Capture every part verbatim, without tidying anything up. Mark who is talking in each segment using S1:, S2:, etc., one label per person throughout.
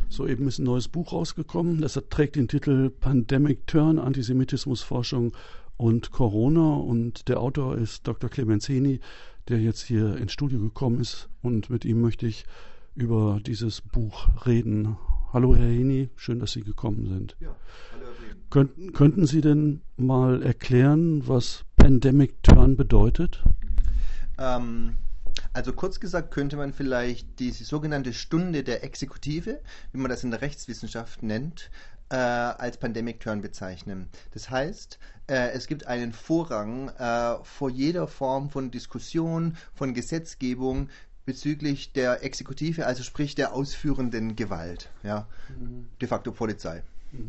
S1: Soeben ist ein neues Buch rausgekommen. Das trägt den Titel Pandemic Turn, Antisemitismusforschung und Corona. Und der Autor ist Doktor Clemens Heni, der jetzt hier ins Studio gekommen ist. Und mit ihm möchte ich über dieses Buch reden. Hallo Herr Heni, schön, dass Sie gekommen sind.
S2: Ja, hallo Herr Brehm.
S1: Könnten, könnten Sie denn mal erklären, was Pandemic Turn bedeutet?
S2: Ähm, also kurz gesagt könnte man vielleicht diese sogenannte Stunde der Exekutive, wie man das in der Rechtswissenschaft nennt, äh, als Pandemic Turn bezeichnen. Das heißt, äh, es gibt einen Vorrang äh, vor jeder Form von Diskussion, von Gesetzgebung bezüglich der Exekutive, also sprich der ausführenden Gewalt, ja, mhm. de facto Polizei.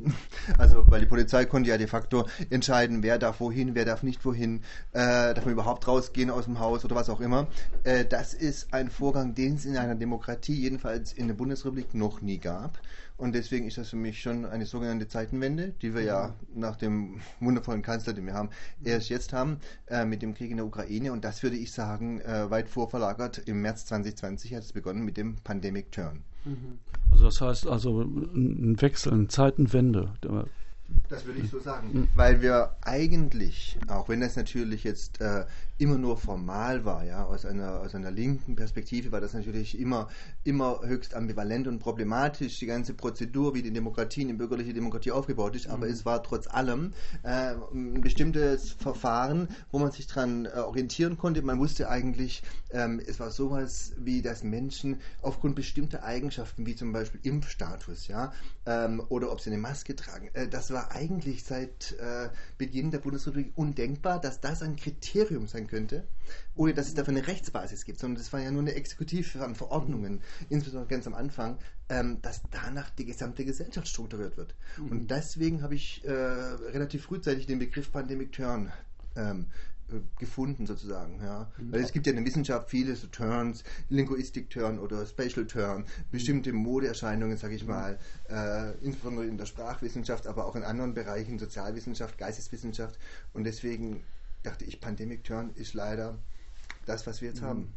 S2: Also, weil die Polizei konnte ja de facto entscheiden, wer darf wohin, wer darf nicht wohin, äh, darf man überhaupt rausgehen aus dem Haus oder was auch immer. Äh, das ist ein Vorgang, den es in einer Demokratie, jedenfalls in der Bundesrepublik, noch nie gab. Und deswegen ist das für mich schon eine sogenannte Zeitenwende, die wir ja nach dem wundervollen Kanzler, den wir haben, erst jetzt haben, äh, mit dem Krieg in der Ukraine. Und das würde ich sagen, äh, weit vorverlagert. Im März zwanzig zwanzig hat es begonnen mit dem Pandemic Turn.
S1: Also das heißt also ein Wechsel, eine Zeitenwende.
S2: Das würde ich so sagen, weil wir eigentlich, auch wenn das natürlich jetzt äh, immer nur formal war, ja, aus einer, aus einer linken Perspektive war das natürlich immer, immer höchst ambivalent und problematisch, die ganze Prozedur, wie die Demokratie, die bürgerliche Demokratie aufgebaut ist, aber mhm. es war trotz allem äh, ein bestimmtes Verfahren, wo man sich dran äh, orientieren konnte. Man wusste eigentlich, ähm, es war sowas wie, dass Menschen aufgrund bestimmter Eigenschaften, wie zum Beispiel Impfstatus, ja, ähm, oder ob sie eine Maske tragen, äh, das war eigentlich seit äh, Beginn der Bundesrepublik undenkbar, dass das ein Kriterium sein könnte, ohne dass es dafür eine Rechtsbasis gibt, sondern das war ja nur eine Exekutive an Verordnungen, insbesondere ganz am Anfang, ähm, dass danach die gesamte Gesellschaft strukturiert wird. Mhm. Und deswegen habe ich äh, relativ frühzeitig den Begriff Pandemic Turn ähm, gefunden sozusagen, ja. Weil es gibt ja in der Wissenschaft viele so Turns, Linguistic Turn oder Spatial Turn, bestimmte Modeerscheinungen, sage ich mal, äh, insbesondere in der Sprachwissenschaft, aber auch in anderen Bereichen, Sozialwissenschaft, Geisteswissenschaft, und deswegen dachte ich, Pandemic Turn ist leider das, was wir jetzt mhm. haben.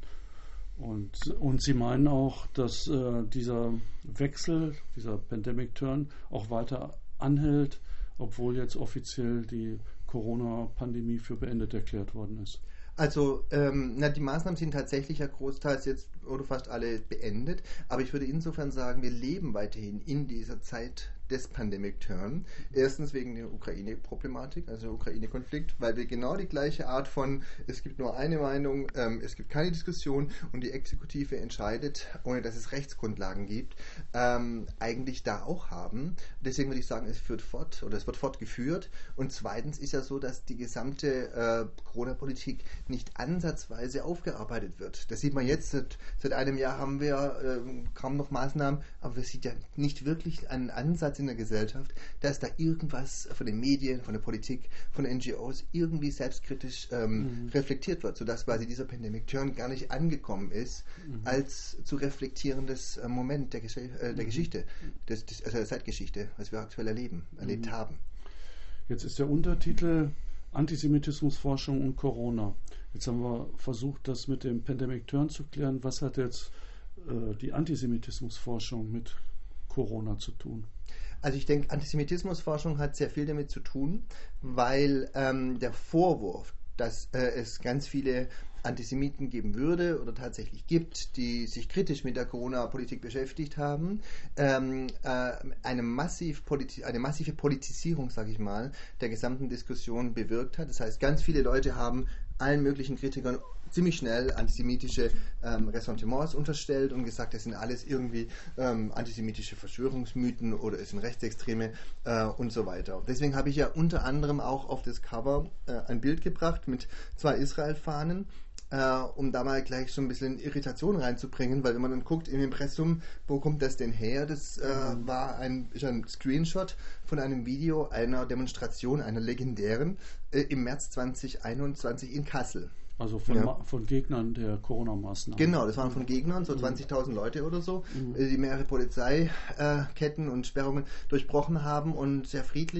S1: Und, und Sie meinen auch, dass äh, dieser Wechsel, dieser Pandemic Turn auch weiter anhält, obwohl jetzt offiziell die Corona-Pandemie für beendet erklärt worden ist?
S2: Also, ähm, na, die Maßnahmen sind tatsächlich ja großteils jetzt oder fast alle beendet, aber ich würde insofern sagen, wir leben weiterhin in dieser Zeit des Pandemic Turn. Erstens wegen der Ukraine-Problematik, also der Ukraine-Konflikt, weil wir genau die gleiche Art von, es gibt nur eine Meinung, ähm, es gibt keine Diskussion und die Exekutive entscheidet, ohne dass es Rechtsgrundlagen gibt, ähm, eigentlich da auch haben. Deswegen würde ich sagen, es führt fort oder es wird fortgeführt. Und zweitens ist ja so, dass die gesamte äh, Corona-Politik nicht ansatzweise aufgearbeitet wird. Das sieht man jetzt, seit, seit einem Jahr haben wir äh, kaum noch Maßnahmen, aber wir sehen ja nicht wirklich einen Ansatz in der Gesellschaft, dass da irgendwas von den Medien, von der Politik, von N G Os irgendwie selbstkritisch ähm, mhm. reflektiert wird, sodass quasi dieser Pandemic Turn gar nicht angekommen ist mhm. als zu reflektierendes äh, Moment der, Gesch äh, der mhm. Geschichte, des, des, also der Zeitgeschichte, was wir aktuell erleben, erlebt mhm. haben.
S1: Jetzt ist der Untertitel Antisemitismusforschung und Corona. Jetzt haben wir versucht, das mit dem Pandemic Turn zu klären. Was hat jetzt äh, die Antisemitismusforschung mit Corona zu tun?
S2: Also ich denke, Antisemitismusforschung hat sehr viel damit zu tun, weil ähm, der Vorwurf, dass äh, es ganz viele Antisemiten geben würde oder tatsächlich gibt, die sich kritisch mit der Corona-Politik beschäftigt haben, ähm, äh, eine, massiv politi- eine massive Politisierung, sage ich mal, der gesamten Diskussion bewirkt hat. Das heißt, ganz viele Leute haben allen möglichen Kritikern ziemlich schnell antisemitische ähm, Ressentiments unterstellt und gesagt, das sind alles irgendwie ähm, antisemitische Verschwörungsmythen oder es sind Rechtsextreme äh, und so weiter. Deswegen habe ich ja unter anderem auch auf das Cover äh, ein Bild gebracht mit zwei Israel-Fahnen, äh, um da mal gleich so ein bisschen Irritation reinzubringen, weil wenn man dann guckt im Impressum, wo kommt das denn her? Das äh, war ein, ist ein Screenshot von einem Video einer Demonstration, einer legendären, äh, im März zwanzig einundzwanzig in Kassel.
S1: Also von, ja. von Gegnern der Corona-Maßnahmen.
S2: Genau, das waren von Gegnern, so zwanzigtausend Leute oder so, mhm. die mehrere Polizeiketten und Sperrungen durchbrochen haben und sehr friedlich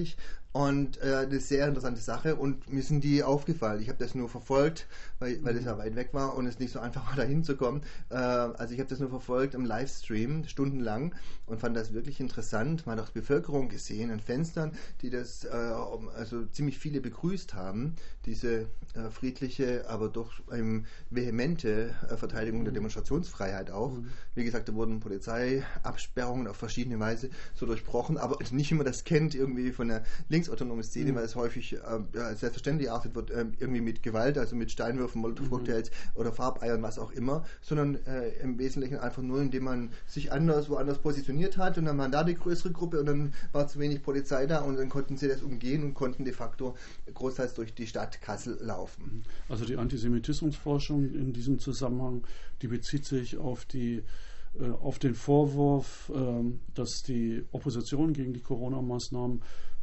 S2: Und äh, eine sehr interessante Sache und mir sind die aufgefallen. Ich habe das nur verfolgt, weil, weil das ja weit weg war und es nicht so einfach war, da hinzukommen. Äh, also ich habe das nur verfolgt im Livestream, stundenlang und fand das wirklich interessant. Man hat auch die Bevölkerung gesehen an Fenstern, die das, äh, also ziemlich viele begrüßt haben, diese äh, friedliche, aber doch ähm, vehemente äh, Verteidigung mhm. der Demonstrationsfreiheit auch. Mhm. Wie gesagt, da wurden Polizeiabsperrungen auf verschiedene Weise so durchbrochen, aber nicht wie man das kennt, irgendwie von der linksautonome Szene, mhm. weil es häufig äh, ja, selbstverständlich erachtet wird, äh, irgendwie mit Gewalt, also mit Steinwürfen, Molotow-Cocktails mhm. oder Farbeiern, was auch immer, sondern äh, im Wesentlichen einfach nur, indem man sich anders, woanders positioniert hat und dann war da die größere Gruppe und dann war zu wenig Polizei da und dann konnten sie das umgehen und konnten de facto großteils durch die Stadt Kassel laufen.
S1: Also die Antisemitismusforschung in diesem Zusammenhang, die bezieht sich auf die auf den Vorwurf, dass die Opposition gegen die Corona-Maßnahmen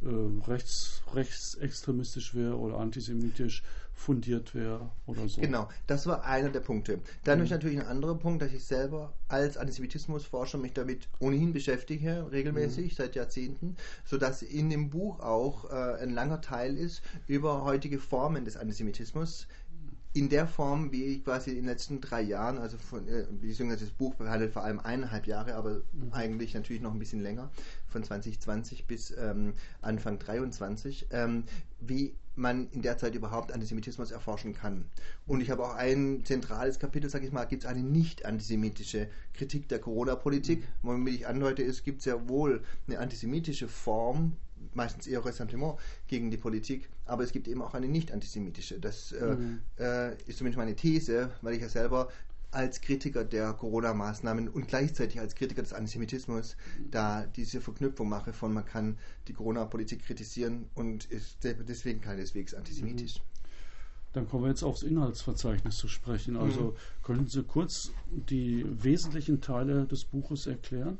S1: rechts, rechtsextremistisch wäre oder antisemitisch fundiert wäre oder so.
S2: Genau, das war einer der Punkte. Dann mhm. ist natürlich ein anderer Punkt, dass ich selber als Antisemitismusforscher mich damit ohnehin beschäftige, regelmäßig, mhm. seit Jahrzehnten, sodass in dem Buch auch äh, ein langer Teil ist über heutige Formen des Antisemitismus, in der Form, wie ich quasi in den letzten drei Jahren, also von, äh, wie gesagt, das Buch behandelt vor allem eineinhalb Jahre, aber mhm. eigentlich natürlich noch ein bisschen länger, von zwanzig zwanzig bis ähm, Anfang dreiundzwanzig, ähm, wie man in der Zeit überhaupt Antisemitismus erforschen kann. Und ich habe auch ein zentrales Kapitel, sage ich mal, gibt es eine nicht antisemitische Kritik der Corona-Politik. Mhm. Womit ich andeute, es gibt sehr wohl eine antisemitische Form, meistens eher Ressentiment gegen die Politik, aber es gibt eben auch eine nicht antisemitische. Das mhm. äh, ist zumindest meine These, weil ich ja selber als Kritiker der Corona-Maßnahmen und gleichzeitig als Kritiker des Antisemitismus mhm. da diese Verknüpfung mache von, man kann die Corona-Politik kritisieren und ist deswegen keineswegs antisemitisch. Mhm.
S1: Dann kommen wir jetzt aufs Inhaltsverzeichnis zu sprechen. Also mhm. können Sie kurz die wesentlichen Teile des Buches erklären?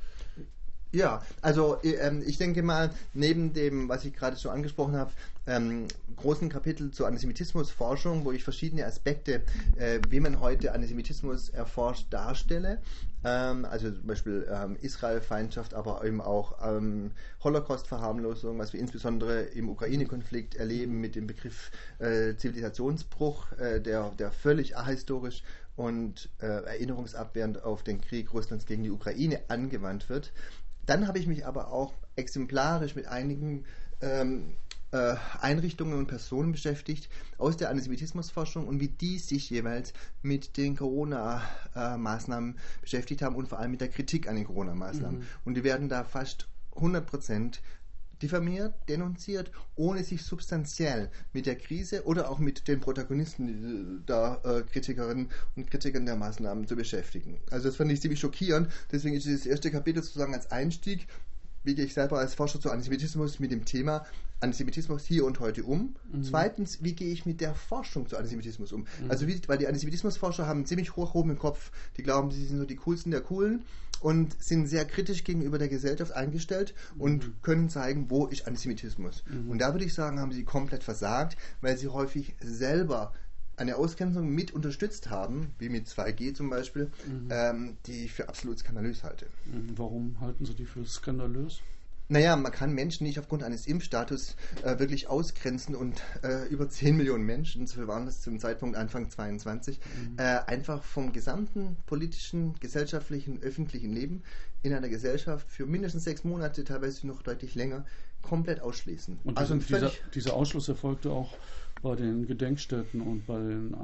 S2: Ja, also ähm, ich denke mal, neben dem, was ich gerade schon angesprochen habe, ähm, großen Kapitel zur Antisemitismusforschung, wo ich verschiedene Aspekte, äh, wie man heute Antisemitismus erforscht, darstelle, ähm, also zum Beispiel ähm, Israel-Feindschaft, aber eben auch ähm, Holocaust-Verharmlosung, was wir insbesondere im Ukraine-Konflikt erleben mit dem Begriff äh, Zivilisationsbruch, äh, der, der völlig ahistorisch und äh, erinnerungsabwehrend auf den Krieg Russlands gegen die Ukraine angewandt wird. Dann habe ich mich aber auch exemplarisch mit einigen ähm, äh, Einrichtungen und Personen beschäftigt aus der Antisemitismusforschung und wie die sich jeweils mit den Corona-Maßnahmen beschäftigt haben und vor allem mit der Kritik an den Corona-Maßnahmen. Mhm. Und die werden da fast hundert Prozent diffamiert, denunziert, ohne sich substanziell mit der Krise oder auch mit den Protagonisten der äh, Kritikerinnen und Kritikern der Maßnahmen zu beschäftigen. Also das fand ich ziemlich schockierend, deswegen ist dieses erste Kapitel sozusagen als Einstieg, wie gehe ich selber als Forscher zu Antisemitismus mit dem Thema Antisemitismus hier und heute um. Mhm. Zweitens, wie gehe ich mit der Forschung zu Antisemitismus um? Mhm. Also wie, weil die Antisemitismusforscher haben einen ziemlich hoch oben im Kopf, die glauben, sie sind so die coolsten der Coolen und sind sehr kritisch gegenüber der Gesellschaft eingestellt und mhm. können zeigen, wo ist Antisemitismus. Mhm. Und da würde ich sagen, haben sie komplett versagt, weil sie häufig selber eine Ausgrenzung mit unterstützt haben, wie mit zwei G zum Beispiel, mhm. ähm, die ich für absolut skandalös halte.
S1: Warum halten Sie die für skandalös?
S2: Naja, man kann Menschen nicht aufgrund eines Impfstatus äh, wirklich ausgrenzen und äh, über zehn Millionen Menschen, so viel waren das zum Zeitpunkt Anfang zweiundzwanzig, mhm. äh, einfach vom gesamten politischen, gesellschaftlichen, öffentlichen Leben in einer Gesellschaft für mindestens sechs Monate, teilweise noch deutlich länger, komplett ausschließen.
S1: Und also diese, dieser, dieser Ausschluss erfolgte auch bei den Gedenkstätten und bei den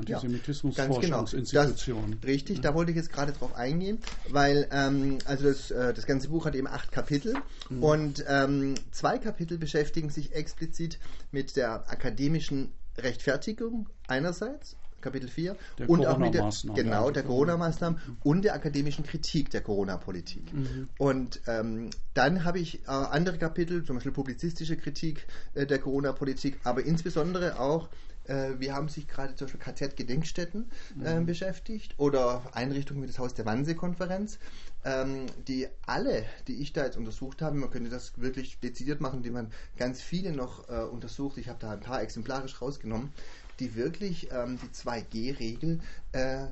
S1: Antisemitismusforschungsinstitutionen.
S2: Ja, richtig, mhm. da wollte ich jetzt gerade drauf eingehen, weil ähm, also das, äh, das ganze Buch hat eben acht Kapitel mhm. und ähm, zwei Kapitel beschäftigen sich explizit mit der akademischen Rechtfertigung einerseits, Kapitel vier,
S1: der
S2: und auch mit der,
S1: genau,
S2: ja, der Corona-Maßnahmen mhm. und der akademischen Kritik der Corona-Politik. Mhm. Und ähm, dann habe ich äh, andere Kapitel, zum Beispiel publizistische Kritik äh, der Corona-Politik, aber insbesondere auch, äh, wir haben sich gerade zum Beispiel K Z-Gedenkstätten äh, mhm. beschäftigt oder Einrichtungen wie das Haus der Wannsee-Konferenz, ähm, die alle, die ich da jetzt untersucht habe, man könnte das wirklich dezidiert machen, indem man ganz viele noch äh, untersucht, ich habe da ein paar exemplarisch rausgenommen, die wirklich ähm, die zwei G Regel äh,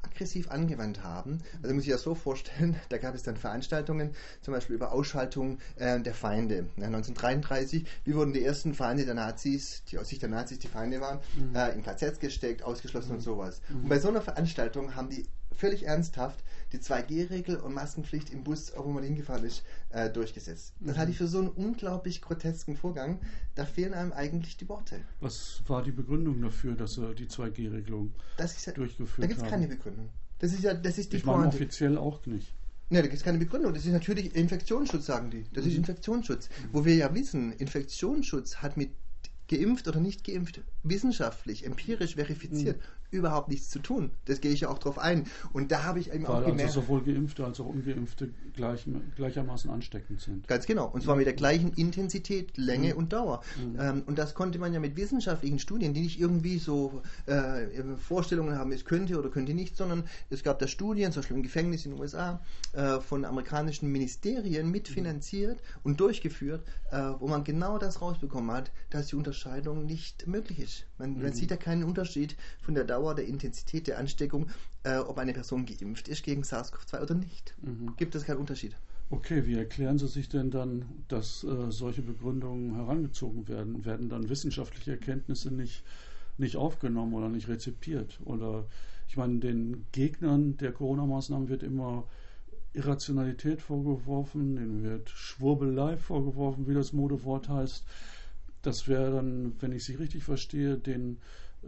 S2: aggressiv angewandt haben. Also muss ich das so vorstellen, da gab es dann Veranstaltungen, zum Beispiel über Ausschaltung äh, der Feinde. Ja, neunzehnhundertdreiunddreißig, wie wurden die ersten Feinde der Nazis, die aus Sicht der Nazis die Feinde waren, mhm. äh, in K Zs gesteckt, ausgeschlossen mhm. und sowas. Mhm. Und bei so einer Veranstaltung haben die völlig ernsthaft die zwei G Regel und Maskenpflicht im Bus, auch wo man hingefahren ist, äh, durchgesetzt. Das mhm. halte ich für so einen unglaublich grotesken Vorgang. Da fehlen einem eigentlich die Worte.
S1: Was war die Begründung dafür, dass sie die zwei G Regelung
S2: ja,
S1: durchgeführt haben?
S2: Da gibt es keine Begründung. Das ist ja, das ist die
S1: Ich meine offiziell auch nicht.
S2: Ne, da gibt es keine Begründung. Das ist natürlich Infektionsschutz, sagen die. Das mhm. ist Infektionsschutz. Mhm. Wo wir ja wissen, Infektionsschutz hat mit geimpft oder nicht geimpft, wissenschaftlich, empirisch verifiziert, mhm. überhaupt nichts zu tun. Das gehe ich ja auch drauf ein. Und da habe ich eben
S1: Weil
S2: auch gemerkt...
S1: also sowohl Geimpfte als auch Ungeimpfte gleich, gleichermaßen ansteckend sind.
S2: Ganz genau. Und zwar mit der gleichen Intensität, Länge mhm. und Dauer. Mhm. Ähm, und das konnte man ja mit wissenschaftlichen Studien, die nicht irgendwie so äh, Vorstellungen haben, es könnte oder könnte nicht, sondern es gab da Studien, zum Beispiel im Gefängnis in den U S A, äh, von amerikanischen Ministerien mitfinanziert mhm. und durchgeführt, äh, wo man genau das rausbekommen hat, dass die Unterscheidung nicht möglich ist. Man, mhm. man sieht da keinen Unterschied von der Dauer, der Intensität der Ansteckung, äh, ob eine Person geimpft ist gegen SARS-CoV zwei oder nicht. Mhm. Gibt es keinen Unterschied.
S1: Okay, wie erklären Sie sich denn dann, dass äh, solche Begründungen herangezogen werden? Werden dann wissenschaftliche Erkenntnisse nicht, nicht aufgenommen oder nicht rezipiert? Oder, ich meine, den Gegnern der Corona-Maßnahmen wird immer Irrationalität vorgeworfen, denen wird Schwurbelei vorgeworfen, wie das Modewort heißt. Das wäre dann, wenn ich Sie richtig verstehe, den äh,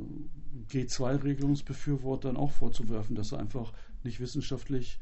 S1: G zwei Regelungsbefürwortern auch vorzuwerfen, dass sie einfach nicht wissenschaftlich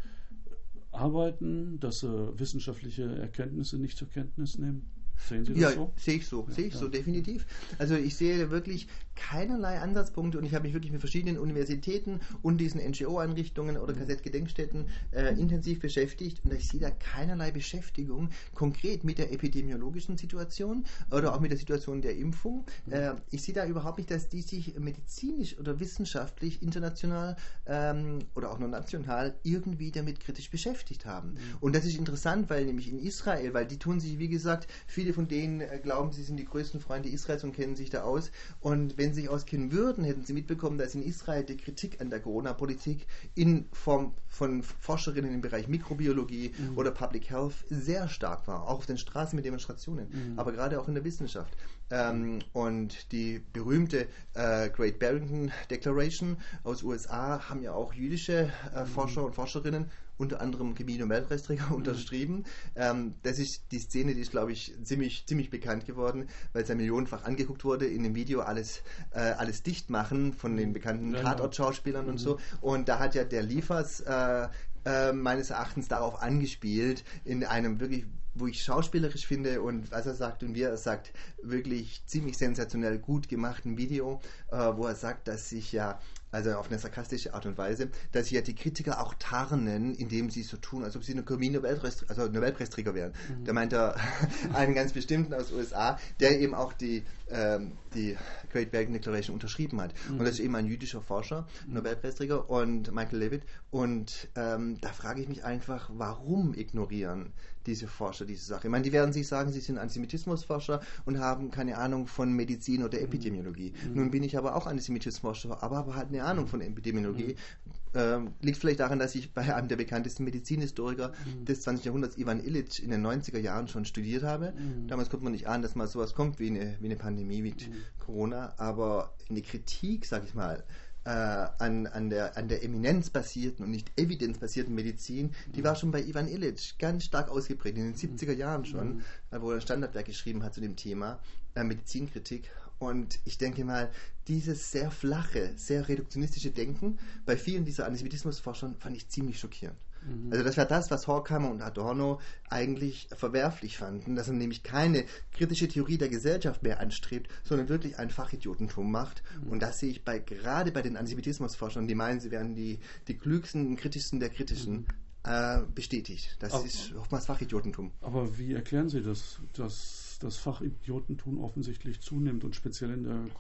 S1: arbeiten, dass sie wissenschaftliche Erkenntnisse nicht zur Kenntnis nehmen. Sehen Sie das
S2: ja,
S1: so?
S2: sehe ich so,
S1: ja,
S2: sehe ich
S1: ja.
S2: so, definitiv. Also ich sehe wirklich keinerlei Ansatzpunkte und ich habe mich wirklich mit verschiedenen Universitäten und diesen N G O-Einrichtungen oder K Z-Gedenkstätten äh, intensiv beschäftigt und ich sehe da keinerlei Beschäftigung konkret mit der epidemiologischen Situation oder auch mit der Situation der Impfung. Äh, ich sehe da überhaupt nicht, dass die sich medizinisch oder wissenschaftlich international ähm, oder auch nur national irgendwie damit kritisch beschäftigt haben. Und das ist interessant, weil nämlich in Israel, weil die tun sich, wie gesagt, viele von denen äh, glauben, sie sind die größten Freunde Israels und kennen sich da aus. Und wenn sie sich auskennen würden, hätten sie mitbekommen, dass in Israel die Kritik an der Corona-Politik in Form von Forscherinnen im Bereich Mikrobiologie mhm. oder Public Health sehr stark war. Auch auf den Straßen mit Demonstrationen, mhm. aber gerade auch in der Wissenschaft. Ähm, und die berühmte äh, Great Barrington Declaration aus U S A haben ja auch jüdische äh, Forscher und Forscherinnen, unter anderem Chemie-Nobelpreisträger, mhm. unterschrieben. Ähm, das ist die Szene, die ist, glaube ich, ziemlich, ziemlich bekannt geworden, weil es ja millionenfach angeguckt wurde, in dem Video alles, äh, alles dicht machen von den bekannten ja, Tatort-Schauspielern mhm. und so. Und da hat ja der Liefers äh, äh, meines Erachtens darauf angespielt, in einem wirklich, wo ich schauspielerisch finde und was er sagt und wie er sagt, wirklich ziemlich sensationell gut gemachten Video, äh, wo er sagt, dass sich ja, also auf eine sarkastische Art und Weise, dass sich ja die Kritiker auch tarnen, indem sie so tun, als ob sie eine Chemie-Nobelpreisträger, also Nobelpreisträger wären. Mhm. Da meint er einen ganz bestimmten aus den U S A, der eben auch die, ähm, die Great Barrington Declaration unterschrieben hat. Mhm. Und das ist eben ein jüdischer Forscher, mhm. Nobelpreisträger, und Michael Levitt. Und ähm, da frage ich mich einfach, warum ignorieren diese Forscher diese Sache? Ich meine, die werden sich sagen, sie sind Antisemitismusforscher und haben keine Ahnung von Medizin oder Epidemiologie. Mhm. Nun bin ich aber auch Antisemitismusforscher, aber habe halt eine Ahnung von Epidemiologie. Mhm. Ähm, liegt vielleicht daran, dass ich bei einem der bekanntesten Medizinhistoriker mhm. des zwanzigsten Jahrhunderts, Ivan Illich, in den neunziger Jahren schon studiert habe. Mhm. Damals konnte man nicht ahnen, dass mal sowas kommt wie eine, wie eine Pandemie mit mhm. Corona, aber in die Kritik, sag ich mal, Äh, an, an, der, an der eminenzbasierten und nicht evidenzbasierten Medizin, die war schon bei Ivan Illich ganz stark ausgeprägt, in den siebziger Jahren schon, mhm. wo er ein Standardwerk geschrieben hat zu dem Thema äh, Medizinkritik. Und ich denke mal, dieses sehr flache, sehr reduktionistische Denken bei vielen dieser Antisemitismusforschern fand ich ziemlich schockierend. Mhm. Also das war das, was Horkheimer und Adorno eigentlich verwerflich fanden, dass er nämlich keine kritische Theorie der Gesellschaft mehr anstrebt, sondern wirklich ein Fachidiotentum macht. Mhm. Und das sehe ich bei, gerade bei den Antisemitismusforschern, die meinen, sie wären die, die klügsten und kritischsten der Kritischen, mhm. äh, bestätigt. Das aber, ist oftmals Fachidiotentum.
S1: Aber wie erklären Sie das, dass das Fachidiotentum offensichtlich zunimmt und speziell in der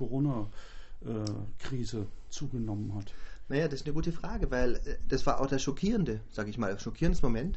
S1: Corona-Krise zugenommen hat?
S2: Naja, das ist eine gute Frage, weil das war auch das Schockierende, sage ich mal, das schockierendes Moment,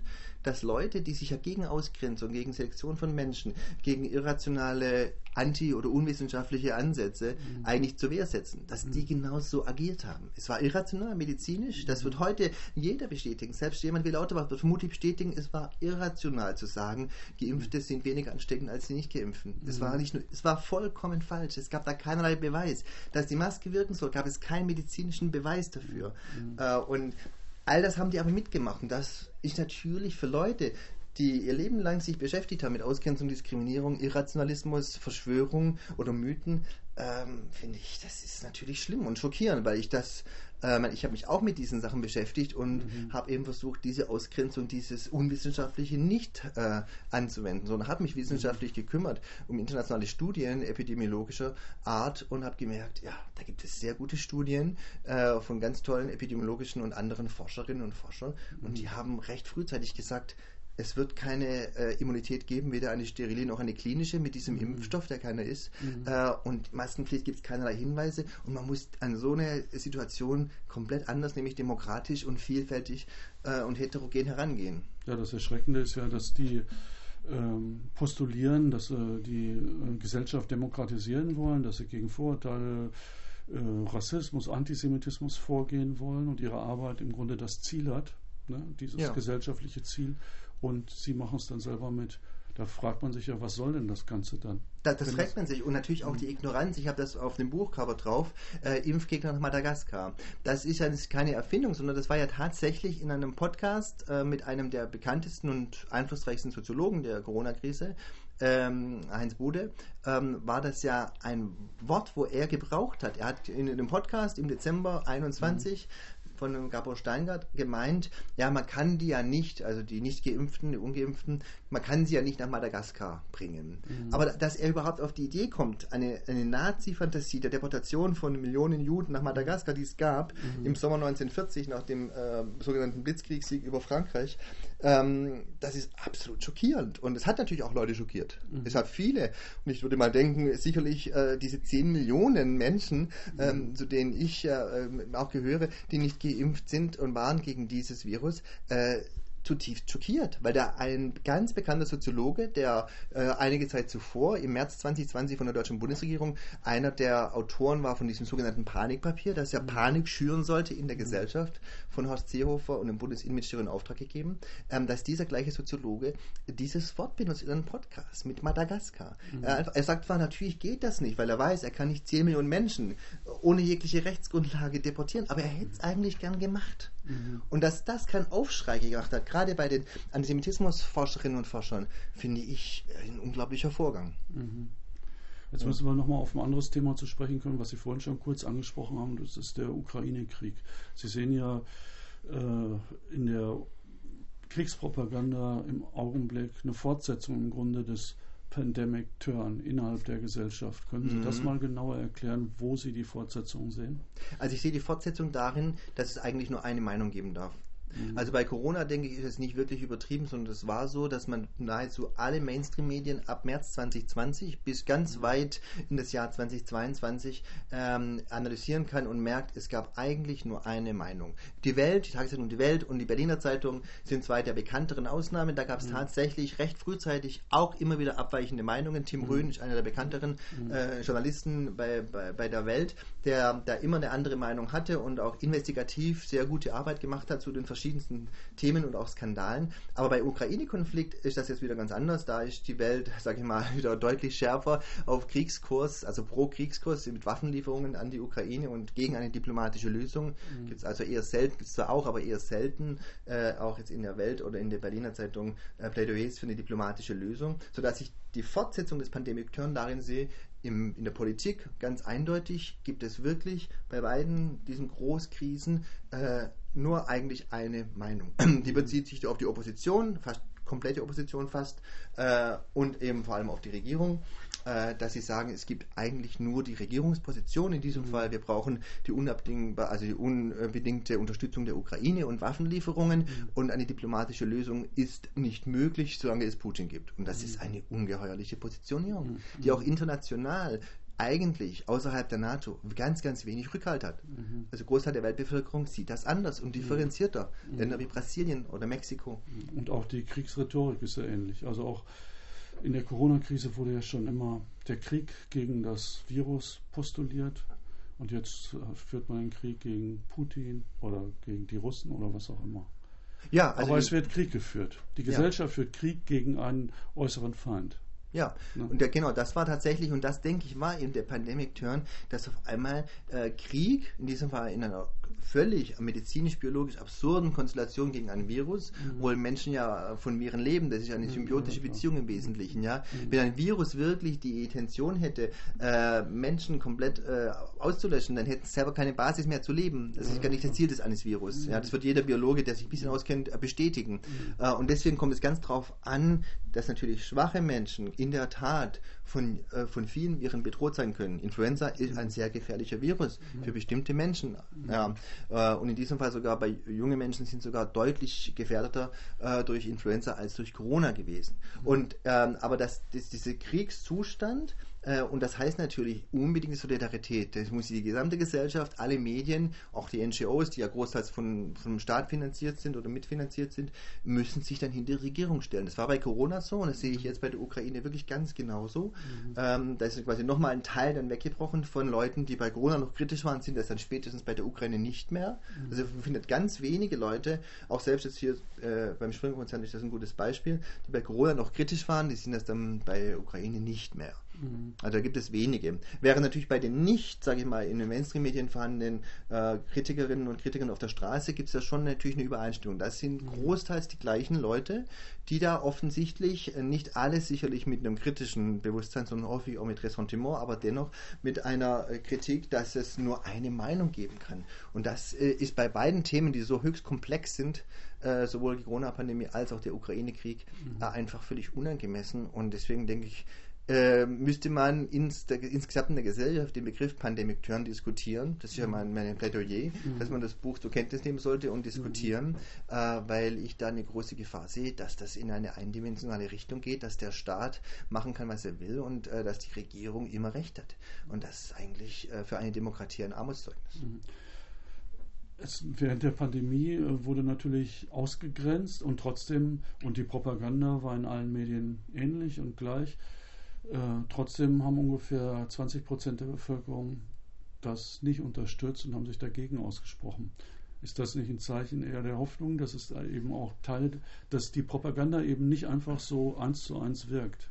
S2: dass Leute, die sich ja gegen Ausgrenzung, gegen Selektion von Menschen, gegen irrationale anti- oder unwissenschaftliche Ansätze mhm. eigentlich zur Wehr setzen, dass mhm. die genauso agiert haben. Es war irrational, medizinisch, das wird heute jeder bestätigen. Selbst jemand wie Lauterbach wird vermutlich bestätigen, es war irrational zu sagen, Geimpfte sind weniger ansteckend als die Nicht-Geimpften. Es war nicht nur, es war vollkommen falsch. Es gab da keinerlei Beweis. Dass die Maske wirken soll, gab es keinen medizinischen Beweis dafür. Mhm. Äh, und all das haben die aber mitgemacht. Und das ist natürlich für Leute, die ihr Leben lang sich beschäftigt haben mit Ausgrenzung, Diskriminierung, Irrationalismus, Verschwörung oder Mythen, ähm, finde ich, das ist natürlich schlimm und schockierend, weil ich das, ähm, ich habe mich auch mit diesen Sachen beschäftigt und mhm. habe eben versucht, diese Ausgrenzung, dieses Unwissenschaftliche nicht äh, anzuwenden, sondern habe mich wissenschaftlich mhm. gekümmert um internationale Studien epidemiologischer Art und habe gemerkt, ja, da gibt es sehr gute Studien äh, von ganz tollen epidemiologischen und anderen Forscherinnen und Forschern mhm. und die haben recht frühzeitig gesagt, es wird keine äh, Immunität geben, weder eine sterile noch eine klinische mit diesem mhm. Impfstoff, der keiner ist. Mhm. Äh, und Maskenpflicht gibt es keinerlei Hinweise. Und man muss an so eine Situation komplett anders, nämlich demokratisch und vielfältig äh, und heterogen herangehen.
S1: Ja, das Erschreckende ist ja, dass die ähm, postulieren, dass sie äh, die äh, Gesellschaft demokratisieren wollen, dass sie gegen Vorurteile, äh, Rassismus, Antisemitismus vorgehen wollen und ihre Arbeit im Grunde das Ziel hat, ne, dieses ja. gesellschaftliche Ziel. Und sie machen es dann selber mit. Da fragt man sich ja, was soll denn das Ganze dann?
S2: Da, das fragt man sich. Und natürlich auch die Ignoranz. Ich habe das auf dem Buchcover drauf. Äh, Impfgegner nach Madagaskar. Das ist ja keine Erfindung, sondern das war ja tatsächlich in einem Podcast äh, mit einem der bekanntesten und einflussreichsten Soziologen der Corona-Krise, ähm, Heinz Bude, ähm, war das ja ein Wort, wo er gebraucht hat. Er hat in, in dem Podcast im Dezember einundzwanzig mhm. von Gabor Steingart gemeint, ja, man kann die ja nicht, also die nicht geimpften, die ungeimpften, man kann sie ja nicht nach Madagaskar bringen. Mhm. Aber dass er überhaupt auf die Idee kommt, eine, eine Nazi-Fantasie der Deportation von Millionen Juden nach Madagaskar, die es gab, mhm. im Sommer neunzehnhundertvierzig nach dem äh, sogenannten Blitzkriegssieg über Frankreich, ähm, das ist absolut schockierend. Und es hat natürlich auch Leute schockiert. Mhm. Es hat viele. Und ich würde mal denken, sicherlich äh, diese zehn Millionen Menschen, ähm, mhm. zu denen ich äh, auch gehöre, die nicht geimpft sind und waren gegen dieses Virus, äh, zutiefst schockiert, weil da ein ganz bekannter Soziologe, der äh, einige Zeit zuvor, im März zwanzig zwanzig von der deutschen Bundesregierung, einer der Autoren war von diesem sogenannten Panikpapier, das ja Panik schüren sollte in der Gesellschaft, von Horst Seehofer und dem Bundesinnenministerium in Auftrag gegeben, ähm, dass dieser gleiche Soziologe dieses Wort benutzt in einem Podcast mit Madagaskar. Mhm. Er, er sagt zwar, natürlich geht das nicht, weil er weiß, er kann nicht zehn Millionen Menschen ohne jegliche Rechtsgrundlage deportieren, aber er hätte es eigentlich gern gemacht. Mhm. Und dass das keinen Aufschrei gemacht hat, gerade bei den Antisemitismusforscherinnen und Forschern, finde ich ein unglaublicher Vorgang.
S1: Mhm. Jetzt müssen wir nochmal auf ein anderes Thema zu sprechen kommen, was Sie vorhin schon kurz angesprochen haben, das ist der Ukraine-Krieg. Sie sehen ja äh, in der Kriegspropaganda im Augenblick eine Fortsetzung im Grunde des Pandemic Turn innerhalb der Gesellschaft. Können Sie mhm. das mal genauer erklären, wo Sie die Fortsetzung sehen?
S2: Also ich sehe die Fortsetzung darin, dass es eigentlich nur eine Meinung geben darf. Mhm. Also bei Corona, denke ich, ist es nicht wirklich übertrieben, sondern es war so, dass man nahezu alle Mainstream-Medien ab März zwanzig zwanzig bis ganz weit in das Jahr zwanzig zweiundzwanzig ähm, analysieren kann und merkt, es gab eigentlich nur eine Meinung. Die Welt, die Tageszeitung Die Welt und die Berliner Zeitung sind zwei der bekannteren Ausnahmen. Da gab es mhm. tatsächlich recht frühzeitig auch immer wieder abweichende Meinungen. Tim mhm. Röhn ist einer der bekannteren mhm. äh, Journalisten bei, bei, bei der Welt, der da immer eine andere Meinung hatte und auch investigativ sehr gute Arbeit gemacht hat zu den verschiedenen verschiedensten Themen und auch Skandalen. Aber bei Ukraine-Konflikt ist das jetzt wieder ganz anders. Da ist die Welt, sage ich mal, wieder deutlich schärfer auf Kriegskurs, also pro Kriegskurs mit Waffenlieferungen an die Ukraine und gegen eine diplomatische Lösung. Mhm. Gibt es also eher selten, gibt es zwar auch, aber eher selten, äh, auch jetzt in der Welt oder in der Berliner Zeitung äh, Plädoyers für eine diplomatische Lösung, sodass ich die Fortsetzung des Pandemic Turn darin sehe, Im, in der Politik ganz eindeutig gibt es wirklich bei beiden diesen Großkrisen äh, nur eigentlich eine Meinung. Die bezieht sich auf die Opposition, fast komplette Opposition fast, äh, und eben vor allem auf die Regierung, äh, dass sie sagen, es gibt eigentlich nur die Regierungsposition in diesem mhm. Fall. Wir brauchen die unabdingbar, also die unbedingte Unterstützung der Ukraine und Waffenlieferungen mhm. und eine diplomatische Lösung ist nicht möglich, solange es Putin gibt. Und das mhm. ist eine ungeheuerliche Positionierung, mhm. die auch international eigentlich außerhalb der NATO ganz, ganz wenig Rückhalt hat. Mhm. Also Großteil der Weltbevölkerung sieht das anders und differenzierter. Mhm. Länder wie Brasilien oder Mexiko.
S1: Und auch die Kriegsrhetorik ist ja ähnlich. Also auch in der Corona-Krise wurde ja schon immer der Krieg gegen das Virus postuliert. Und jetzt führt man einen Krieg gegen Putin oder gegen die Russen oder was auch immer.
S2: Ja, also
S1: aber es wird Krieg geführt. Die Gesellschaft ja. führt Krieg gegen einen äußeren Feind.
S2: Ja, ja. Und der, genau, das war tatsächlich, und das denke ich war eben der Pandemic Turn, dass auf einmal äh, Krieg, in diesem Fall in einer völlig medizinisch-biologisch absurden Konstellation gegen ein Virus, mhm. wo Menschen ja von Viren leben, das ist eine symbiotische mhm. Beziehung im Wesentlichen, ja. Mhm. Wenn ein Virus wirklich die Intention hätte, äh, Menschen komplett äh, auszulöschen, dann hätten sie selber keine Basis mehr zu leben. Das ist gar nicht das Ziel des eines Virus. Mhm. Ja, das wird jeder Biologe, der sich ein bisschen auskennt, bestätigen. Mhm. Äh, und deswegen kommt es ganz drauf an, dass natürlich schwache Menschen in der Tat von, äh, von vielen Viren bedroht sein können. Influenza ist ein sehr gefährlicher Virus für bestimmte Menschen. Ja. Äh, und in diesem Fall sogar bei jungen Menschen sind sogar deutlich gefährdeter äh, durch Influenza als durch Corona gewesen. Und, ähm, aber das, das, dieser Kriegszustand, und das heißt natürlich unbedingt Solidarität. Das muss die gesamte Gesellschaft, alle Medien, auch die N G Os, die ja großteils von, vom Staat finanziert sind oder mitfinanziert sind, müssen sich dann hinter die Regierung stellen. Das war bei Corona so und das sehe ich jetzt bei der Ukraine wirklich ganz genauso. Mhm. Ähm, da ist quasi nochmal ein Teil dann weggebrochen von Leuten, die bei Corona noch kritisch waren, sind das dann spätestens bei der Ukraine nicht mehr. Mhm. Also man findet ganz wenige Leute, auch selbst jetzt hier äh, beim Springer-Konzern ist das ein gutes Beispiel, die bei Corona noch kritisch waren, die sind das dann bei der Ukraine nicht mehr. Mhm. Also da gibt es wenige. Während natürlich bei den nicht, sage ich mal, in den Mainstream-Medien vorhandenen äh, Kritikerinnen und Kritikern auf der Straße gibt es ja schon natürlich eine Übereinstimmung. Das sind mhm. großteils die gleichen Leute, die da offensichtlich äh, nicht alle sicherlich mit einem kritischen Bewusstsein, sondern häufig auch mit Ressentiment, aber dennoch mit einer äh, Kritik, dass es nur eine Meinung geben kann. Und das äh, ist bei beiden Themen, die so höchst komplex sind, äh, sowohl die Corona-Pandemie als auch der Ukraine-Krieg, mhm. äh, einfach völlig unangemessen. Und deswegen denke ich, Äh, müsste man ins, der, insgesamt in der Gesellschaft den Begriff Pandemic Turn diskutieren. Das ist ja mein, mein Plädoyer, mhm. dass man das Buch zur Kenntnis nehmen sollte und diskutieren, mhm. äh, weil ich da eine große Gefahr sehe, dass das in eine eindimensionale Richtung geht, dass der Staat machen kann, was er will und äh, dass die Regierung immer recht hat. Und das ist eigentlich äh, für eine Demokratie ein Armutszeugnis. Mhm.
S1: Es, während der Pandemie äh, wurde natürlich ausgegrenzt und trotzdem, und die Propaganda war in allen Medien ähnlich und gleich. Äh, trotzdem haben ungefähr zwanzig Prozent der Bevölkerung das nicht unterstützt und haben sich dagegen ausgesprochen. Ist das nicht ein Zeichen eher der Hoffnung, dass es da eben auch Teil, dass die Propaganda eben nicht einfach so eins zu eins wirkt?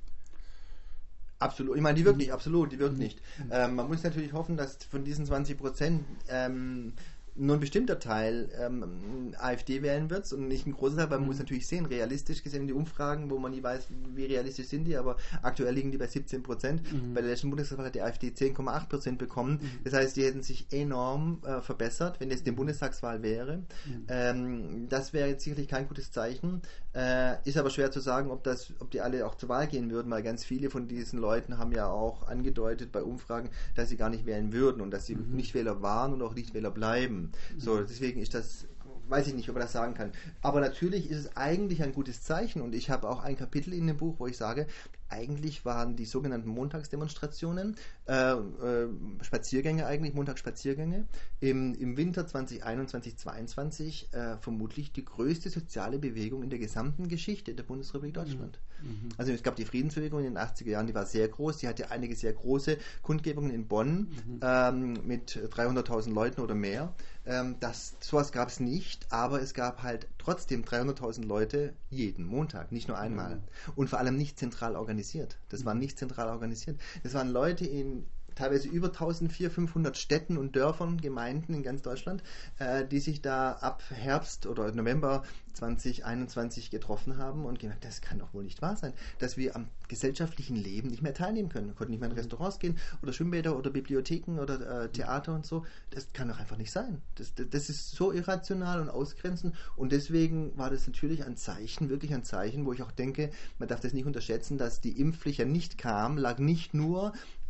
S2: Absolut, ich meine, die wirkt nicht, absolut, die wirkt nicht. Ähm, man muss natürlich hoffen, dass von diesen zwanzig Prozent ähm, nur ein bestimmter Teil ähm, AfD wählen wird und nicht ein großer Teil, weil man mhm. muss natürlich sehen, realistisch gesehen die Umfragen, wo man nie weiß, wie realistisch sind die, aber aktuell liegen die bei siebzehn Prozent. Mhm. Bei der letzten Bundestagswahl hat die AfD zehn Komma acht Prozent bekommen. Mhm. Das heißt, die hätten sich enorm äh, verbessert, wenn jetzt die Bundestagswahl wäre. Mhm. Ähm, das wäre jetzt sicherlich kein gutes Zeichen. Äh, ist aber schwer zu sagen, ob das, ob die alle auch zur Wahl gehen würden, weil ganz viele von diesen Leuten haben ja auch angedeutet bei Umfragen, dass sie gar nicht wählen würden und dass sie mhm. Nichtwähler waren und auch Nichtwähler bleiben. So, deswegen ist das, weiß ich nicht, ob man das sagen kann. Aber natürlich ist es eigentlich ein gutes Zeichen und ich habe auch ein Kapitel in dem Buch, wo ich sage, eigentlich waren die sogenannten Montagsdemonstrationen, äh, äh, Spaziergänge eigentlich, Montagsspaziergänge, im, im Winter zwanzig einundzwanzig zweiundzwanzig äh, vermutlich die größte soziale Bewegung in der gesamten Geschichte der Bundesrepublik Deutschland. Mhm. Also es gab die Friedensbewegung in den achtziger Jahren, die war sehr groß, die hatte einige sehr große Kundgebungen in Bonn mhm. ähm, mit dreihunderttausend Leuten oder mehr. Ähm, das, sowas gab es nicht, aber es gab halt trotzdem dreihunderttausend Leute jeden Montag, nicht nur einmal. Mhm. Und vor allem nicht zentral organisiert. Das war nicht zentral organisiert. Das waren Leute in teilweise über eintausendvierhundert, fünfhundert Städten und Dörfern, Gemeinden in ganz Deutschland, äh, die sich da ab Herbst oder November zwanzig einundzwanzig getroffen haben und gemerkt, das kann doch wohl nicht wahr sein, dass wir am gesellschaftlichen Leben nicht mehr teilnehmen können. Wir konnten nicht mehr in Restaurants gehen oder Schwimmbäder oder Bibliotheken oder äh, Theater und so. Das kann doch einfach nicht sein. Das, das, das ist so irrational und ausgrenzend und deswegen war das natürlich ein Zeichen, wirklich ein Zeichen, wo ich auch denke, man darf das nicht unterschätzen, dass die Impfpflicht ja nicht kam, lag nicht nur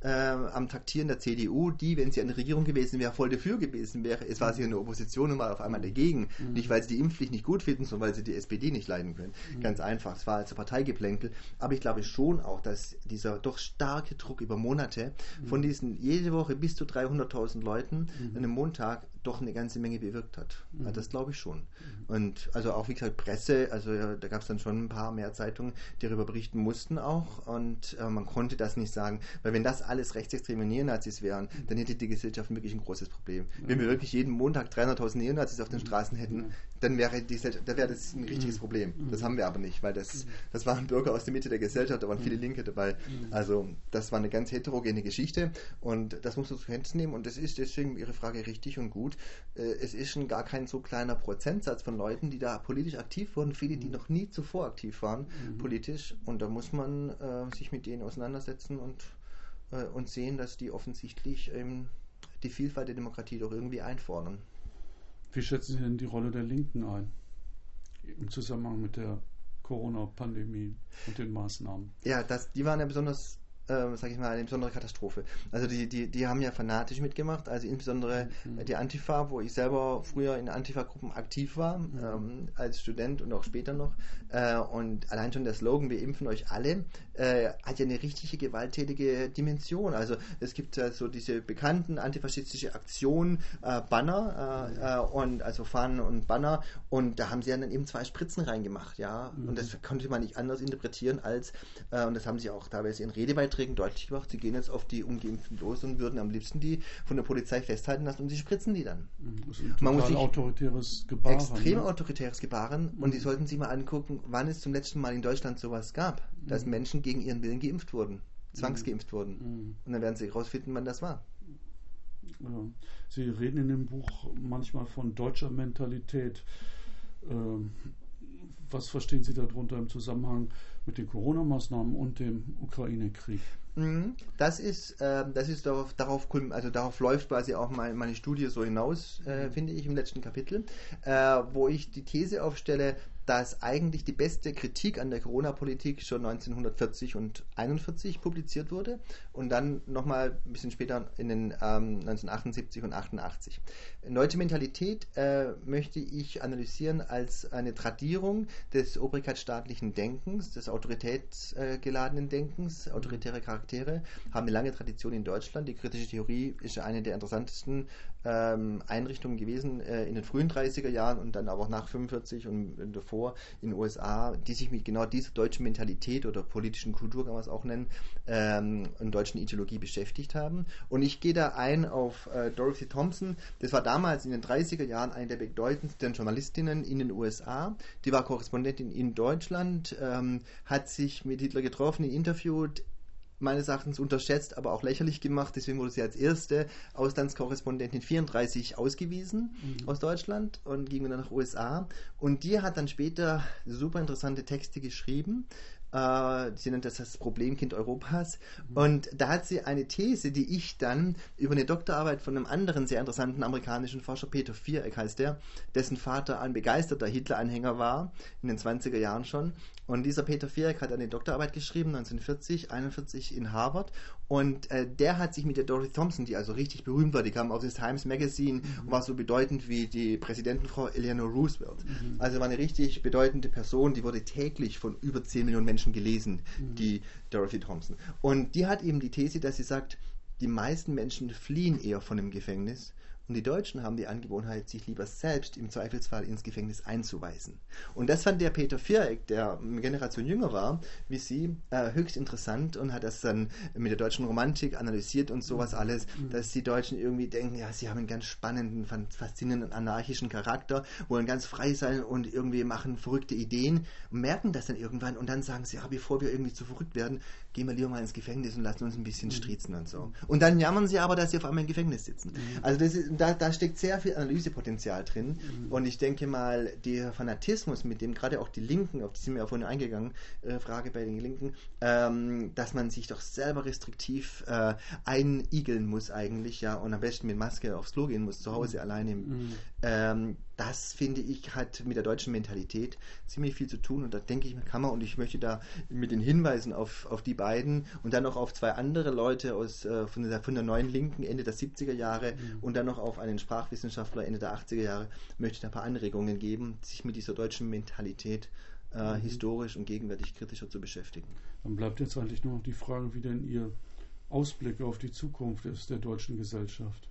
S2: äh, am Taktieren der C D U, die, wenn sie an der Regierung gewesen wäre, voll dafür gewesen wäre. Es war sie in der Opposition und war auf einmal dagegen. Mhm. Nicht, weil sie die Impfpflicht nicht gut finden, sondern weil sie die S P D nicht leiden können. Mhm. Ganz einfach. Es war also Parteigeplänkel. Aber ich glaube schon auch, dass dieser doch starke Druck über Monate mhm. von diesen jede Woche bis zu dreihunderttausend Leuten mhm. an einem Montag doch eine ganze Menge bewirkt hat. Mhm. Also das glaube ich schon. Mhm. Und also auch, wie gesagt, Presse, also ja, da gab es dann schon ein paar mehr Zeitungen, die darüber berichten mussten auch. Und äh, man konnte das nicht sagen, weil wenn das alles rechtsextreme Neonazis wären, mhm. dann hätte die Gesellschaft wirklich ein großes Problem. Mhm. Wenn wir wirklich jeden Montag dreihunderttausend Neonazis auf den Straßen hätten, mhm. dann wäre, die, dann wäre das ein richtiges mhm. Problem. Das haben wir aber nicht, weil das, das waren Bürger aus der Mitte der Gesellschaft, da waren viele Linke dabei. Mhm. Also das war eine ganz heterogene Geschichte und das muss man zur Kenntnis nehmen und das ist deswegen Ihre Frage richtig und gut. Es ist schon gar kein so kleiner Prozentsatz von Leuten, die da politisch aktiv wurden, viele, die noch nie zuvor aktiv waren, mhm. politisch. Und da muss man äh, sich mit denen auseinandersetzen und, äh, und sehen, dass die offensichtlich ähm, die Vielfalt der Demokratie doch irgendwie einfordern.
S1: Wie schätzen Sie denn die Rolle der Linken ein im Zusammenhang mit der Corona-Pandemie und den Maßnahmen?
S2: Ja, das, die waren ja besonders äh, sag ich mal, eine besondere Katastrophe. Also die, die, die haben ja fanatisch mitgemacht, also insbesondere mhm. die Antifa, wo ich selber früher in Antifa-Gruppen aktiv war, mhm. ähm, als Student und auch später noch. Äh, und allein schon der Slogan, wir impfen euch alle, äh, hat ja eine richtige gewalttätige Dimension. Also es gibt ja so diese bekannten antifaschistische Aktionen, äh, Banner, äh, äh, und also Fahnen und Banner, und da haben sie ja dann eben zwei Spritzen reingemacht, ja. Mhm. Und das konnte man nicht anders interpretieren als, äh, und das haben sie auch teilweise in Redebeiträgen deutlich gemacht, sie gehen jetzt auf die Ungeimpften los und würden am liebsten die von der Polizei festhalten lassen und sie spritzen die dann.
S1: Das ist ein total man muss sich autoritäres Gebaren.
S2: Extrem ne? autoritäres Gebaren, mhm. und die sollten sich mal angucken, wann es zum letzten Mal in Deutschland sowas gab, dass mhm. Menschen gegen ihren Willen geimpft wurden, zwangsgeimpft wurden. Mhm. Und dann werden sie herausfinden, wann das war.
S1: Ja. Sie reden in dem Buch manchmal von deutscher Mentalität. Ähm, was verstehen Sie darunter im Zusammenhang mit den Corona-Maßnahmen und dem Ukraine-Krieg?
S2: Das ist, äh, das ist darauf, darauf, also darauf läuft quasi auch mein, meine Studie so hinaus, äh, finde ich, im letzten Kapitel, äh, wo ich die These aufstelle, dass eigentlich die beste Kritik an der Corona-Politik schon neunzehnhundertvierzig und einundvierzig publiziert wurde und dann nochmal ein bisschen später in den ähm, neunzehnhundertachtundsiebzig und achtundachtzig. Deutsche Mentalität äh, möchte ich analysieren als eine Tradierung des obrigkeitsstaatlichen Denkens, des autoritätsgeladenen Denkens. Autoritäre Charaktere haben eine lange Tradition in Deutschland. Die kritische Theorie ist eine der interessantesten ähm, Einrichtungen gewesen äh, in den frühen dreißiger Jahren und dann aber auch nach fünfundvierzig und davor in den U S A, die sich mit genau dieser deutschen Mentalität oder politischen Kultur, kann man es auch nennen, ähm, und deutschen Ideologie beschäftigt haben. Und ich gehe da ein auf äh, Dorothy Thompson. Das war damals in den dreißiger Jahren eine der bedeutendsten Journalistinnen in den U S A. Die war Korrespondentin in Deutschland, ähm, hat sich mit Hitler getroffen, ihn interviewt, meines Erachtens unterschätzt, aber auch lächerlich gemacht. Deswegen wurde sie als erste Auslandskorrespondentin vierunddreißig ausgewiesen mhm. aus Deutschland und ging dann nach U S A. Und die hat dann später super interessante Texte geschrieben. Uh, sie nennt das das Problemkind Europas. Mhm. Und da hat sie eine These, die ich dann über eine Doktorarbeit von einem anderen sehr interessanten amerikanischen Forscher, Peter Viereck heißt der, dessen Vater ein begeisterter Hitler-Anhänger war, in den zwanziger Jahren schon. Und dieser Peter Viereck hat eine Doktorarbeit geschrieben, neunzehnhundertvierzig, einundvierzig in Harvard. Und äh, der hat sich mit der Dorothy Thompson, die also richtig berühmt war, die kam aus dem Times Magazine mhm. und war so bedeutend wie die Präsidentenfrau Eleanor Roosevelt. Mhm. Also war eine richtig bedeutende Person, die wurde täglich von über zehn Millionen Menschen gelesen, mhm. die Dorothy Thompson. Und die hat eben die These, dass sie sagt, die meisten Menschen fliehen eher von dem Gefängnis und die Deutschen haben die Angewohnheit, sich lieber selbst im Zweifelsfall ins Gefängnis einzuweisen. Und das fand der Peter Viereck, der eine Generation jünger war, wie sie, äh, höchst interessant und hat das dann mit der deutschen Romantik analysiert und sowas alles, mhm. dass die Deutschen irgendwie denken, ja, sie haben einen ganz spannenden, faszinierenden, anarchischen Charakter, wollen ganz frei sein und irgendwie machen verrückte Ideen und merken das dann irgendwann und dann sagen sie, ja, bevor wir irgendwie zu verrückt werden, gehen wir lieber mal ins Gefängnis und lassen uns ein bisschen mhm. striezen und so. Und dann jammern sie aber, dass sie auf einmal im Gefängnis sitzen. Mhm. Also das ist Da, da steckt sehr viel Analysepotenzial drin mhm. und ich denke mal, der Fanatismus, mit dem gerade auch die Linken, auf die sind wir ja vorhin eingegangen, äh, Frage bei den Linken, ähm, dass man sich doch selber restriktiv äh, einigeln muss eigentlich, ja, und am besten mit Maske aufs Klo gehen muss, zu Hause mhm. alleine, mhm. ähm, das, finde ich, hat mit der deutschen Mentalität ziemlich viel zu tun und da denke ich, kann man, und ich möchte da mit den Hinweisen auf, auf die beiden und dann noch auf zwei andere Leute aus, äh, von, der, von der neuen Linken Ende der siebziger Jahre mhm. und dann noch auf einen Sprachwissenschaftler Ende der achtziger Jahre, möchte ich da ein paar Anregungen geben, sich mit dieser deutschen Mentalität äh, mhm. historisch und gegenwärtig kritischer zu beschäftigen.
S1: Dann bleibt jetzt eigentlich nur noch die Frage, wie denn Ihr Ausblick auf die Zukunft ist der deutschen Gesellschaft.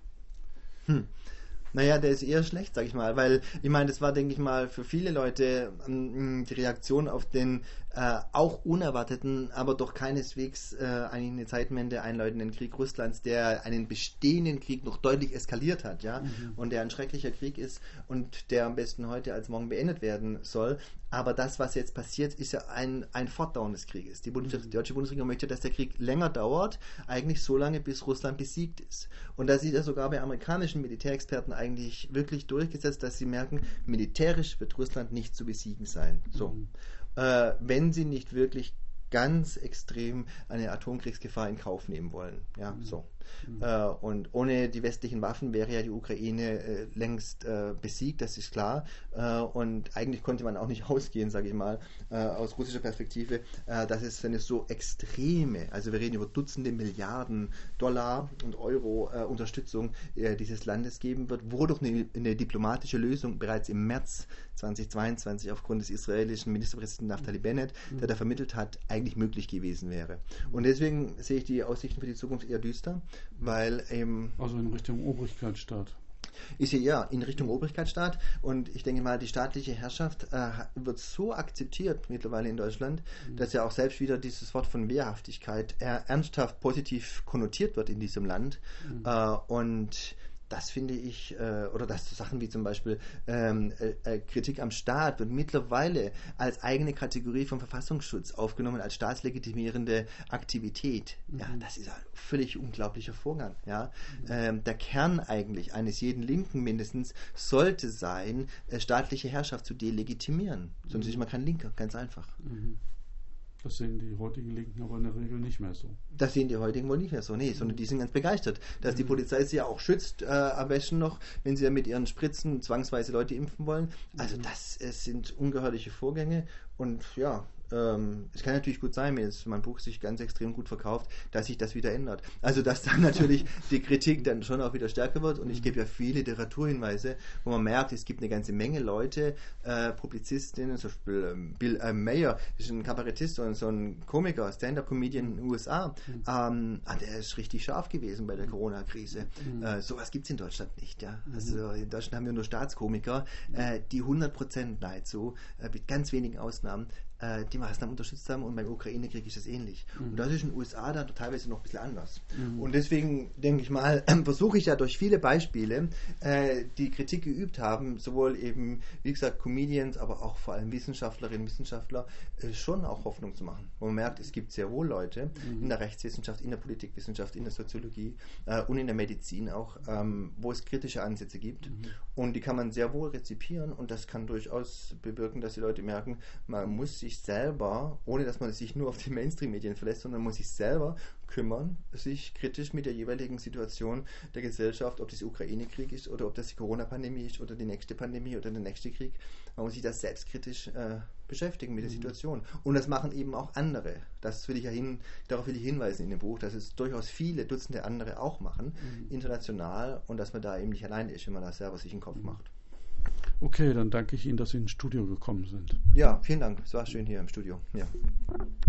S2: Hm. Naja, der ist eher schlecht, sag ich mal, weil ich meine, das war, denke ich mal, für viele Leute ähm, die Reaktion auf den äh, auch unerwarteten, aber doch keineswegs äh, eine Zeitwende einläutenden Krieg Russlands, der einen bestehenden Krieg noch deutlich eskaliert hat, ja, mhm. und der ein schrecklicher Krieg ist und der am besten heute als morgen beendet werden soll. Aber das, was jetzt passiert, ist ja ein, ein Fortdauern des Krieges. Die, Bundes- die deutsche Bundesregierung möchte, dass der Krieg länger dauert, eigentlich so lange, bis Russland besiegt ist. Und da sieht er sogar bei amerikanischen Militärexperten eigentlich wirklich durchgesetzt, dass sie merken, militärisch wird Russland nicht zu besiegen sein. So. Mhm. Äh, wenn sie nicht wirklich ganz extrem eine Atomkriegsgefahr in Kauf nehmen wollen. Ja, mhm. so. Mhm. Äh, und ohne die westlichen Waffen wäre ja die Ukraine äh, längst äh, besiegt, das ist klar. Äh, und eigentlich konnte man auch nicht ausgehen, sage ich mal, äh, aus russischer Perspektive, äh, dass es eine so extreme, also wir reden über Dutzende Milliarden Dollar und Euro äh, Unterstützung äh, dieses Landes geben wird, wodurch eine, eine diplomatische Lösung bereits im März zweitausendzweiundzwanzig aufgrund des israelischen Ministerpräsidenten Naftali Bennett, mhm. der da vermittelt hat, eigentlich möglich gewesen wäre. Und deswegen sehe ich die Aussichten für die Zukunft eher düster, weil eben...
S1: Also in Richtung Obrigkeitsstaat.
S2: Ist hier ja in Richtung Obrigkeitsstaat und ich denke mal, die staatliche Herrschaft äh, wird so akzeptiert mittlerweile in Deutschland, mhm. dass ja auch selbst wieder dieses Wort von Wehrhaftigkeit äh, ernsthaft positiv konnotiert wird in diesem Land mhm. äh, und das finde ich, äh, oder das so Sachen wie zum Beispiel ähm, äh, Kritik am Staat wird mittlerweile als eigene Kategorie vom Verfassungsschutz aufgenommen, als staatslegitimierende Aktivität. Mhm. Ja, das ist ein völlig unglaublicher Vorgang. Ja? Mhm. Ähm, der Kern eigentlich eines jeden Linken mindestens sollte sein, äh, staatliche Herrschaft zu delegitimieren. Sonst mhm. ist man kein Linker, ganz einfach.
S1: Mhm. Das sehen die heutigen Linken aber in der Regel nicht mehr so.
S2: Das sehen die heutigen wohl nicht mehr so, nee, sondern die sind ganz begeistert, dass die Polizei sie ja auch schützt, äh, am besten noch, wenn sie ja mit ihren Spritzen zwangsweise Leute impfen wollen. Also das es sind ungeheuerliche Vorgänge und ja, ähm, es kann natürlich gut sein, wenn jetzt mein Buch sich ganz extrem gut verkauft, dass sich das wieder ändert. Also dass dann natürlich die Kritik dann schon auch wieder stärker wird und ich gebe ja viele Literaturhinweise, wo man merkt, es gibt eine ganze Menge Leute, äh, Publizistinnen, zum Beispiel ähm, Bill äh, Mayer, ist ein Kabarettist und so ein Komiker, Stand-Up-Comedian in den U S A, mhm. ähm, der ist richtig scharf gewesen bei der Corona-Krise. Mhm. Äh, sowas gibt es in Deutschland nicht. Ja? Also in Deutschland haben wir nur Staatskomiker, äh, die hundert Prozent nahezu, äh, mit ganz wenigen Ausnahmen, die Maßnahmen unterstützt haben und beim Ukraine-Krieg ist das ähnlich. Mhm. Und das ist in den U S A dann teilweise noch ein bisschen anders. Mhm. Und deswegen, denke ich mal, äh, versuche ich ja durch viele Beispiele, äh, die Kritik geübt haben, sowohl eben, wie gesagt, Comedians, aber auch vor allem Wissenschaftlerinnen und Wissenschaftler, äh, schon auch Hoffnung zu machen. Wo man merkt, es gibt sehr wohl Leute mhm. in der Rechtswissenschaft, in der Politikwissenschaft, in der Soziologie äh, und in der Medizin auch, ähm, wo es kritische Ansätze gibt. Mhm. Und die kann man sehr wohl rezipieren und das kann durchaus bewirken, dass die Leute merken, man muss sich selber, ohne dass man sich nur auf die Mainstream-Medien verlässt, sondern man muss sich selber kümmern, sich kritisch mit der jeweiligen Situation der Gesellschaft, ob das der Ukraine-Krieg ist oder ob das die Corona-Pandemie ist oder die nächste Pandemie oder der nächste Krieg. Man muss sich da selbstkritisch äh, beschäftigen mit der Situation. Und das machen eben auch andere. Das will ich ja hin, darauf will ich hinweisen in dem Buch, dass es durchaus viele Dutzende andere auch machen, mhm. international, und dass man da eben nicht alleine ist, wenn man da selber sich einen Kopf mhm. macht.
S1: Okay, dann danke ich Ihnen, dass Sie ins Studio gekommen sind.
S2: Ja, vielen Dank. Es war schön hier im Studio. Ja.